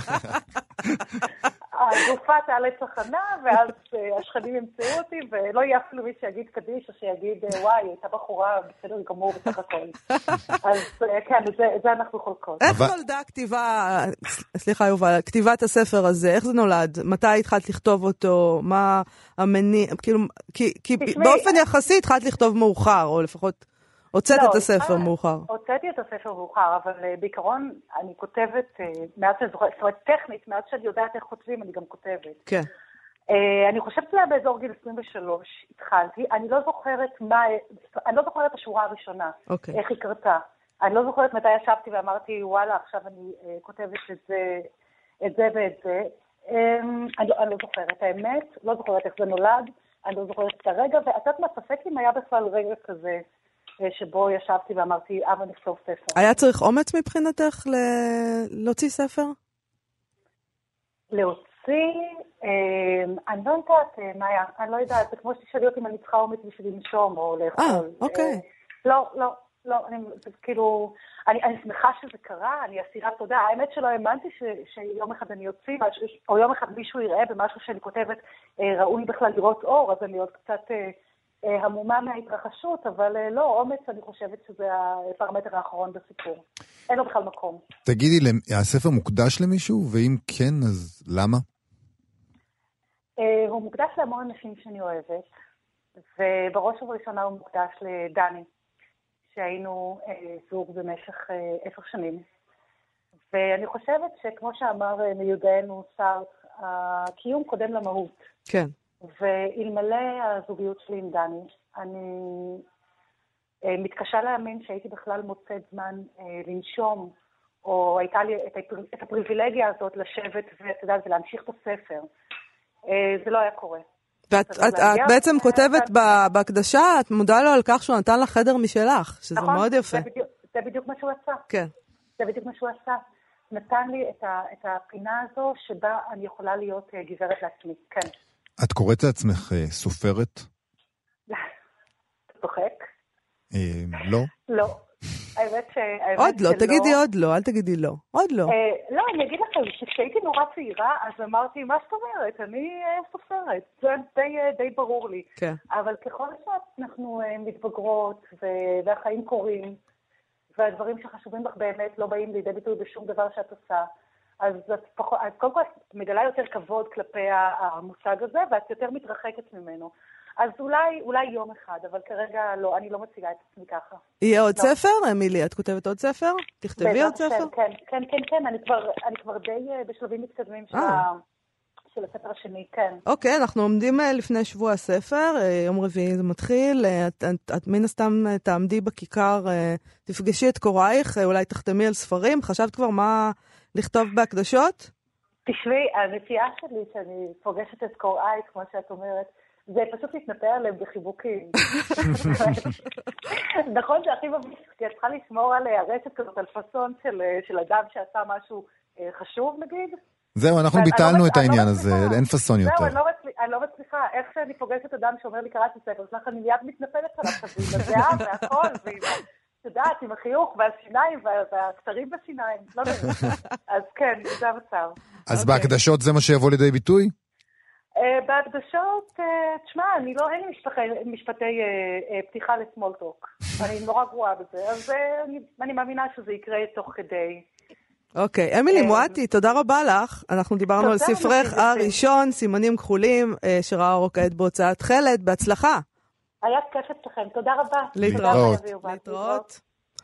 הגופה תעלה צחנה, ואז השכנים ימצאו אותי, ולא יהיה אפילו מי שיגיד קדיש, או שיגיד, וואי, הייתה בחורה בסדר גמור בסך הכל. אז כן, זה אנחנו חולקות. איך נולדה סליחה יובל, כתיבת הספר הזה, איך זה נולד? מתי התחלת לכתוב אותו? מה המניע? כי באופן יחסי התחלת לכתוב מאוחר, או לפחות הוצאת את הספר מאוחר. הוצאתי את הספר מאוחר, אבל בעיקרון אני כותבת, מאז שאני זוכרת, זאת אומרת טכנית, מאז שאני יודעת איך כותבים, אני גם כותבת. כן. אני חושבת לה באזור גיל 23 התחלתי, אני לא זוכרת את השורה הראשונה, איך היא קרתה. אני לא זוכרת מתי ישבתי ואמרתי, וואלה, עכשיו אני כותבת את זה ואת זה. אני לא זוכרת האמת, לא זוכרת איך זה נולד, אני לא זוכרת את הרגע, ואתה מהספק אם היה בכלל רגע כזה, שבו ישבתי ואמרתי, אבא נכתוב ספר. היה צריך אומץ מבחינתך להוציא ספר? להוציא, אני לא יודעת, מאיה, אני לא יודעת, זה כמו שתשאלי אותי אם אני צריכה אומץ בשביל לנשום או לאכול. אוקיי. לא, כאילו, אני שמחה שזה קרה, אני אסירת תודה. האמת שלא האמנתי שיום אחד אני יוציא, או יום אחד מישהו יראה במשהו שאני כותבת, ראוי בכלל לראות אור, אז אני עוד קצת המומה מההתרחשות, אבל לא, אומץ אני חושבת שזה הפרמטר האחרון בסיפור. אין לו בכלל מקום. תגידי, הספר מוקדש למישהו? ואם כן, אז למה? הוא מוקדש להמון אנשים שאני אוהבת, ובראש ובראשונה הוא מוקדש לדני, שהיינו זוג במשך 10 שנים. ואני חושבת שכמו שאמר מיודענו סארט, הקיום קודם למהות. כן. ואלמלא הזוגיות שלי עם דני, אני מתקשה להאמין שהייתי בכלל מוצאת זמן לנשום, או הייתה לי את הפריבילגיה הזאת לשבת ולהמשיך את הספר. זה לא היה קורה. ואת בעצם כותבת בהקדשה, את מודעה לו על כך שהוא נתן לך חדר משלך, שזה מאוד יפה. זה בדיוק מה שהוא עשה. כן. זה בדיוק מה שהוא עשה. נתן לי את הפינה הזו שבה אני יכולה להיות גברת לעצמי. כן. את קוראת לעצמך סופרת? אתה צוחק? לא. לא. עוד לא, תגידי עוד לא, אל תגידי לא. עוד לא. לא, אני אגיד לכם, כשהייתי נורא צעירה, אז אמרתי, מה זאת אומרת? אני סופרת. זה די ברור לי. כן. אבל ככל שאנחנו מתבגרות, והחיים קורים, והדברים שחשובים לך באמת לא באים לידי ביטוי בשום דבר שאת עושה, אז קודם כל את מגלה יותר כבוד כלפי המושג הזה, ואת יותר מתרחקת ממנו. אז אולי יום אחד, אבל כרגע לא, אני לא מציגה את עצמי ככה. יהיה עוד ספר, אמילי? את כותבת עוד ספר? תכתבי עוד ספר? כן, אני כבר די בשלבים מתקדמים של הספר השני, כן. אוקיי, אנחנו עומדים לפני שבוע הספר, יום רביעי זה מתחיל, את מן הסתם תעמדי בכיכר, תפגשי את קורייך, אולי תחתמי על ספרים, חשבת כבר מה לכתוב בהקדשות? תשמעי, הנטייה שלי שאני פוגשת את קוראי, כמו שאת אומרת, זה פשוט להתנפל עליהם בחיבוקים. נכון שהכי מביש, כי את צריכה לשמור על הרשת כזאת, על פסון של אדם שעשה משהו חשוב, נגיד. זהו, אנחנו ביטלנו את העניין הזה, אין פסון יותר. זהו, אני לא מצליחה. איך שאני פוגשת אדם שאומר לי קראתי ספר, אז אני מיד מתנפלת עליו כזה, עם הזיעה והכל, את יודעת, עם החיוך והשיניים והקצרים בשיניים. לא יודע. אז כן, זה המצב. אז בהקדשות זה מה שיבוא לידי ביטוי? בהקדשות, תשמע, אין לי משפטי פתיחה לסמולטוק. אני נורא גרועה בזה, אז אני מאמינה שזה יקרה תוך כדי. אוקיי, אמילי מואטי, תודה רבה לך. אנחנו דיברנו על ספרך הראשון, סימנים כחולים, שראה אור כעת בהוצאת חלד. בהצלחה. היה כיף אצלכם, תודה רבה. להתראות.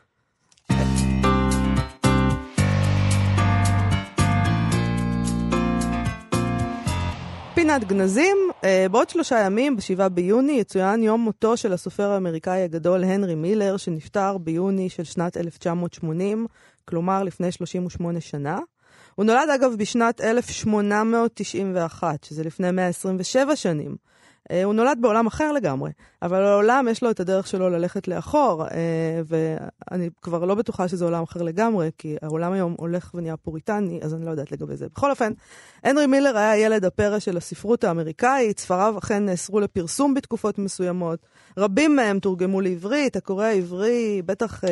פינת גנזים, בעוד 3 ימים, ב7 ביוני, יצוין יום מותו של הסופר האמריקאי הגדול הנרי מילר, שנפטר ביוני של שנת 1980, כלומר לפני 38 שנה. הוא נולד אגב בשנת 1891, שזה לפני 127 שנים. הוא נולד בעולם אחר לגמרי, אבל העולם יש לו את הדרך שלו ללכת לאחור, ואני כבר לא בטוחה שזה עולם אחר לגמרי, כי העולם היום הולך ונהיה פוריטני, אז אני לא יודעת לגבי זה. בכל אופן, הנרי מילר היה ילד הפרא של הספרות האמריקאית, ספריו אכן נאסרו לפרסום בתקופות מסוימות, רבים מהם תורגמו לעברית, הקורא העברי בטח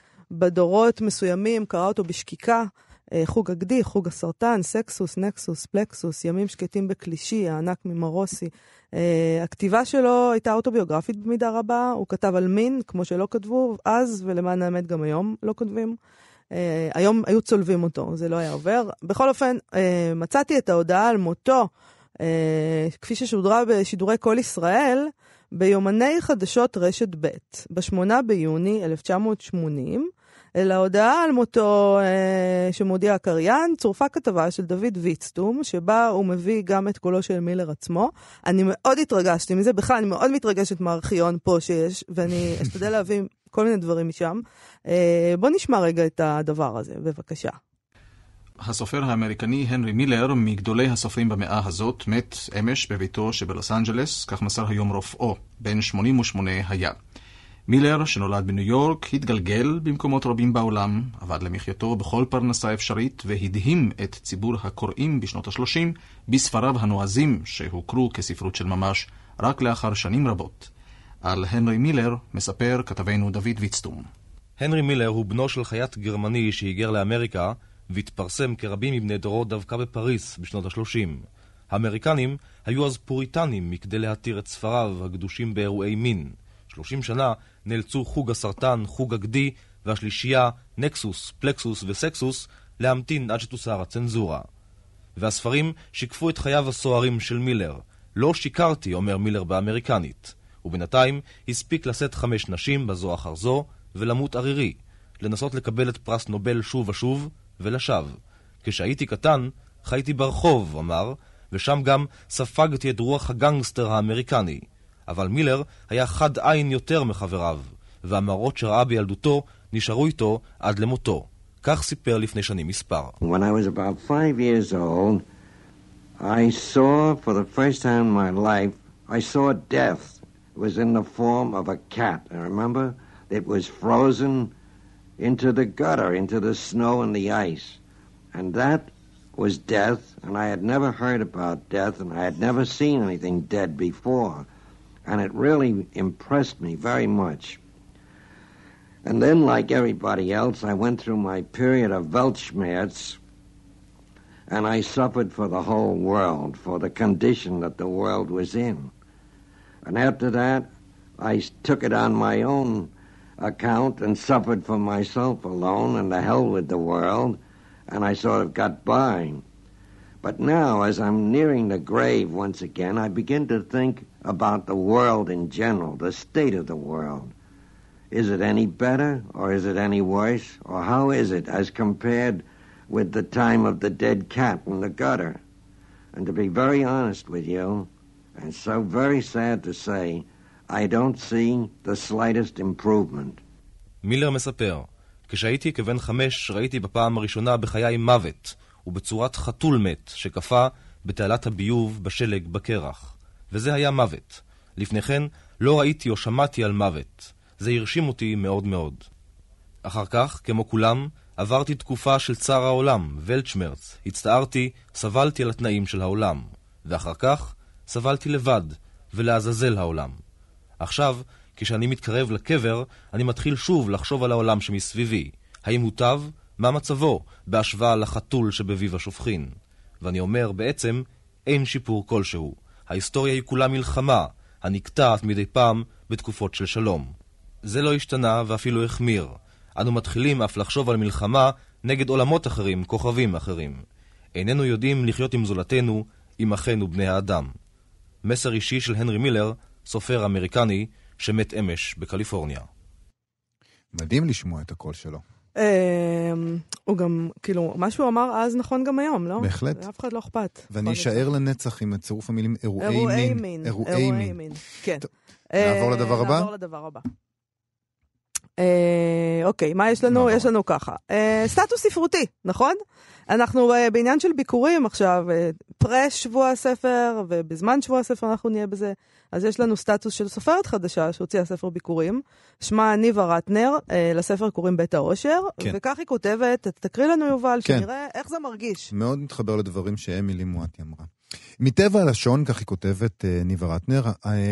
בדורות מסוימים קרא אותו בשקיקה, חוג הגדי, חוג הסרטן, סקסוס, נקסוס, פלקסוס, ימים שקטים בקלישי, הענק ממרוסי. הכתיבה שלו הייתה אוטוביוגרפית במידה רבה, הוא כתב על מין, כמו שלא כתבו אז, ולמען האמת גם היום לא כותבים. היום היו צולבים אותו, זה לא היה עובר. בכל אופן, מצאתי את ההודעה על מותו, כפי ששודרה בשידורי כל ישראל, ביומני חדשות רשת ב' ב-8 ביוני 1980, אל ההודעה על מותו שמודיע הקריין, צורפה כתבה של דוד ויצטום, שבה הוא מביא גם את קולו של מילר עצמו. אני מאוד התרגשתי מזה, בכלל אני מאוד מתרגשת מהארכיון פה שיש, ואני אשתדל להביא כל מיני דברים משם. בוא נשמע רגע את הדבר הזה, בבקשה. הסופר האמריקני הנרי מילר, מגדולי הסופרים במאה הזאת, מת אמש בביתו שבלוס אנג'לס, כך מסר היום רופאו, בן 88 היה. מילר, שנולד בניו יורק, התגלגל במקומות רבים בעולם, עבד למחייתו בכל פרנסה אפשרית, והדהים את ציבור הקוראים בשנות ה-30 בספריו הנועזים שהוכרו כספרות של ממש רק לאחר שנים רבות. על הנרי מילר מספר כתבנו דוד ויצטום. הנרי מילר הוא בנו של חייט גרמני שהיגר לאמריקה, והתפרסם כרבים מבני דורו דווקא בפריס בשנות ה-30. האמריקנים היו אז פוריטנים מכדי להתיר את ספריו הקדושים באירועי מין. 30 שנה נאלצו חוג הסרטן, חוג הגדי והשלישייה, נקסוס, פלקסוס וסקסוס, להמתין עד שתוסר הצנזורה. והספרים שיקפו את חייו הסוערים של מילר. לא שיקרתי, אומר מילר באמריקנית. ובינתיים הספיק לשאת 5 נשים בזו אחר זו ולמות ערירי, לנסות לקבל את פרס נובל שוב ושוב ולשווא. כשהייתי קטן, חייתי ברחוב, אמר, ושם גם ספגתי את רוח הגנגסטר האמריקני. אבל מילר היה חד עין יותר מחבריו, והמראות שראה בילדותו נשארו איתו עד למותו. כך סיפר לפני שנים מספר. When I was about 5 years old, I saw for the first time in my life, I saw death. It was in the form of a cat. I remember it was frozen into the gutter, into the snow and the ice. And that was death, and I had never heard about death, and I had never seen anything dead before. And it really impressed me very much. And then, like everybody else, I went through my period of Weltschmerz, and I suffered for the whole world, for the condition that the world was in. And after that, I took it on my own account and suffered for myself alone, and the hell with the world, and I sort of got by. But now, as I'm nearing the grave once again, I begin to think about the world in general, the state of the world. Is it any better, or is it any worse, or how is it as compared with the time of the dead cat in the gutter? And to be very honest with you, and so very sad to say, I don't see the slightest improvement. מילר מספר, כשהייתי כבן 5 ראיתי בפעם הראשונה בחיי מוות, ובצורת חתול מת שקפה בתעלת הביוב בשלג בקרח. וזה היה מוות. לפני כן לא ראיתי או שמעתי על מוות. זה הרשים אותי מאוד מאוד. אחר כך, כמו כולם, עברתי תקופה של צער העולם, ולטשמרץ. הצטערתי, סבלתי על התנאים של העולם. ואחר כך, סבלתי לבד, ולעזאזל העולם. עכשיו, כשאני מתקרב לקבר, אני מתחיל שוב לחשוב על העולם שמסביבי. האם הוא טוב? מה מצבו? בהשוואה לחתול שבביב השופכין. ואני אומר, בעצם, אין שיפור כלשהו. ההיסטוריה היא כולה מלחמה, הנקטעת מדי פעם בתקופות של שלום. זה לא השתנה ואפילו החמיר. אנו מתחילים אף לחשוב על מלחמה נגד עולמות אחרים, כוכבים אחרים. איננו יודעים לחיות עם זולתנו, עם אחינו בני האדם. מסר אישי של הנרי מילר, סופר אמריקני שמת אמש בקליפורניה. מדהים לשמוע את הקול שלו. הוא גם, כאילו, מה שהוא אמר אז נכון גם היום, לא? בהחלט. אף אחד לא אכפת. ואני אשאר לנצח עם צירוף המילים אירועי מין. אירועי מין. כן. נעבור לדבר הבא? נעבור לדבר הבא. אוקיי, מה יש לנו? יש לנו ככה. סטטוס ספרותי, נכון? אנחנו בעניין של ביקורים עכשיו, פרש שבוע הספר, ובזמן שבוע הספר אנחנו נהיה בזה. אז יש לנו סטטוס של סופרת חדשה שהוציאה ספר ביקורים, שמה ניבה רטנר, לספר קוראים בית האושר, כן. וכך היא כותבת, תקריא לנו יובל, כן. שנראה איך זה מרגיש. מאוד מתחבר לדברים שאמילי מואטי אמרה. מטבע הלשון, כך היא כותבת ניבה רטנר,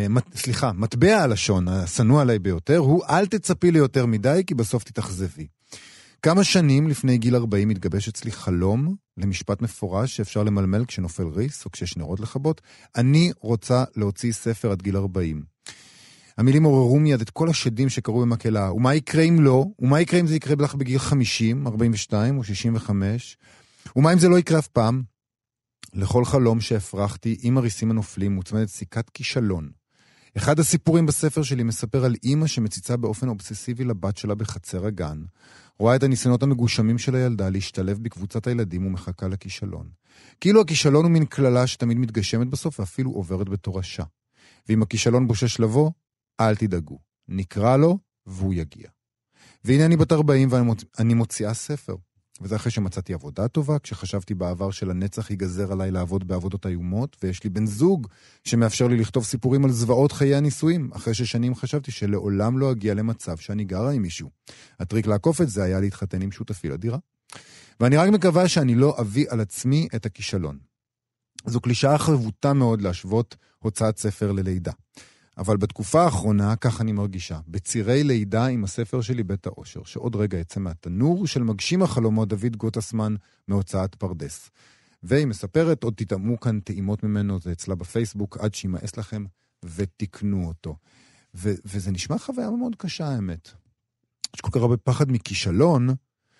מטבע הלשון, הסנוע עליי ביותר, הוא אל תצפי לי יותר מדי, כי בסוף תתאכזבי. כמה שנים לפני גיל 40 התגבש אצלי חלום למשפט מפורש שאפשר למלמל כשנופל ריס או כשיש נרות לכבות. אני רוצה להוציא ספר עד גיל 40. המילים עוררו מיד את כל השדים שקרו במקהלה. ומה יקרה אם לא? ומה יקרה אם זה יקרה לך בגיל 50, 42 או 65? ומה אם זה לא יקרה אף פעם? לכל חלום שהפרחתי, עם הריסים הנופלים מוצמדת סיכת כישלון. אחד הסיפורים בספר שלי מספר על אמא שמציצה באופן אובססיבי לבת שלה בחצר הגן, רואה את הניסיונות המגושמים של הילדה להשתלב בקבוצת הילדים ומחכה לכישלון. כאילו הכישלון הוא מין כללה שתמיד מתגשמת בסוף ואפילו עוברת בתורשה. ואם הכישלון בושש לבוא, אל תדאגו. נקרא לו והוא יגיע. והנה אני בת 40 ואני מוציאה ספר. וזה אחרי שמצאתי עבודה טובה, כשחשבתי בעבר של הנצח ייגזר עליי לעבוד בעבודות איומות, ויש לי בן זוג שמאפשר לי לכתוב סיפורים על זוועות חיי הנישואים, אחרי ששנים חשבתי שלעולם לא אגיע למצב שאני גרה עם מישהו. הטריק לעקוף את זה היה להתחתן עם שותפי לדירה. ואני רק מקווה שאני לא אביא על עצמי את הכישלון. זו קלישאה חבוטה מאוד להשוות הוצאת ספר ללידה. אבל בתקופה האחרונה, כך אני מרגישה, בצירי לידה עם הספר שלי בית האושר, שעוד רגע יצא מהתנור של מגשים החלומות דוד גוטסמן מהוצאת פרדס. והיא מספרת, עוד תטעמו כאן טעימות ממנו, זה אצלה בפייסבוק, עד שימאס לכם ותקנו אותו. וזה נשמע חוויה מאוד קשה, האמת. יש כל כך הרבה פחד מכישלון,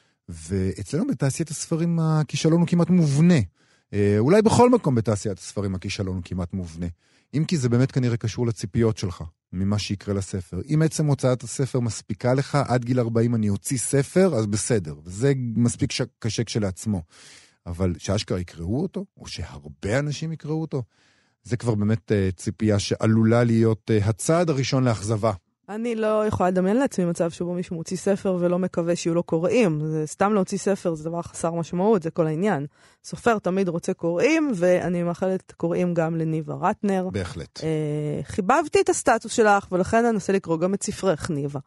ואצלנו בתעשיית הספרים הכישלון הוא כמעט מובנה. אולי בכל מקום בתעשיית הספרים הכישלון הוא כמעט מובנה. אם כי זה באמת כנראה קשור לציפיות שלך, ממה שיקרה לספר. אם עצם הוצאת הספר מספיקה לך, עד גיל 40 אני אוציא ספר, אז בסדר. וזה מספיק קשה כשלעצמו. אבל שאשכרה יקראו אותו, או שהרבה אנשים יקראו אותו, זה כבר באמת ציפייה שעלולה להיות הצעד הראשון לאכזבה. אני לא יכולה לדמיין לעצמי מצב שבו מישהו מוציא ספר ולא מקווה שיהיו לו קוראים. זה סתם להוציא ספר, זה דבר חסר משמעות, זה כל העניין. סופר תמיד רוצה קוראים, ואני מאחלת קוראים גם לניבה רטנר. בהחלט. חיבבתי את הסטטוס שלך, ולכן אני אנסה לקרוא גם את ספרך, ניבה.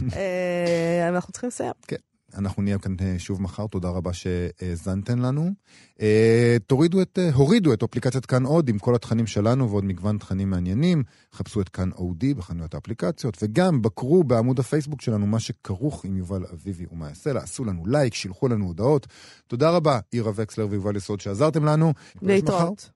אנחנו צריכים לסיים. כן. אנחנו נהיה כאן שוב מחר, תודה רבה שהזנתן לנו. הורידו את אפליקציית כאן עוד עם כל התכנים שלנו ועוד מגוון תכנים מעניינים. חפשו את כאן אודי בחנויות האפליקציות, וגם בקרו בעמוד הפייסבוק שלנו מה שכרוך עם יובל אביבי ומה יסלע. עשו לנו לייק, שילחו לנו הודעות. תודה רבה, אירה וקסלר ויובל יסוד שעזרתם לנו. להתראות.